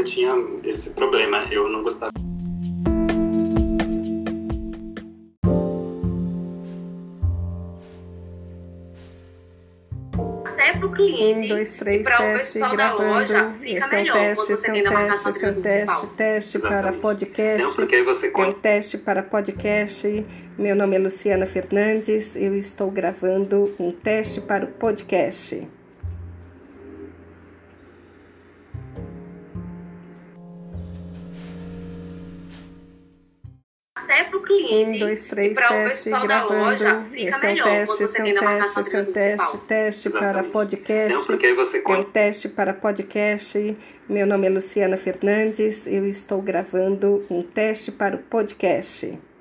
eu tinha esse problema, eu não gostava. Até para o cliente 1, 2, 3, e para o teste, pessoal da gravando. loja fica Esse é o melhor teste, quando esse você é tem o da teste, marcação esse é o principal. teste para Exatamente. podcast. Não, porque aí você É o teste para podcast. Meu nome é Luciana Fernandes. Eu estou gravando um teste para o podcast. Até para o cliente 1, 2, 3, e para o teste, pessoal da loja gravando. fica Esse é o melhor teste, quando você esse é tem o da teste, marcação esse é o principal. teste para Exatamente. podcast. Não, porque aí você É o teste para podcast. Meu nome é Luciana Fernandes. Eu estou gravando um teste para o podcast.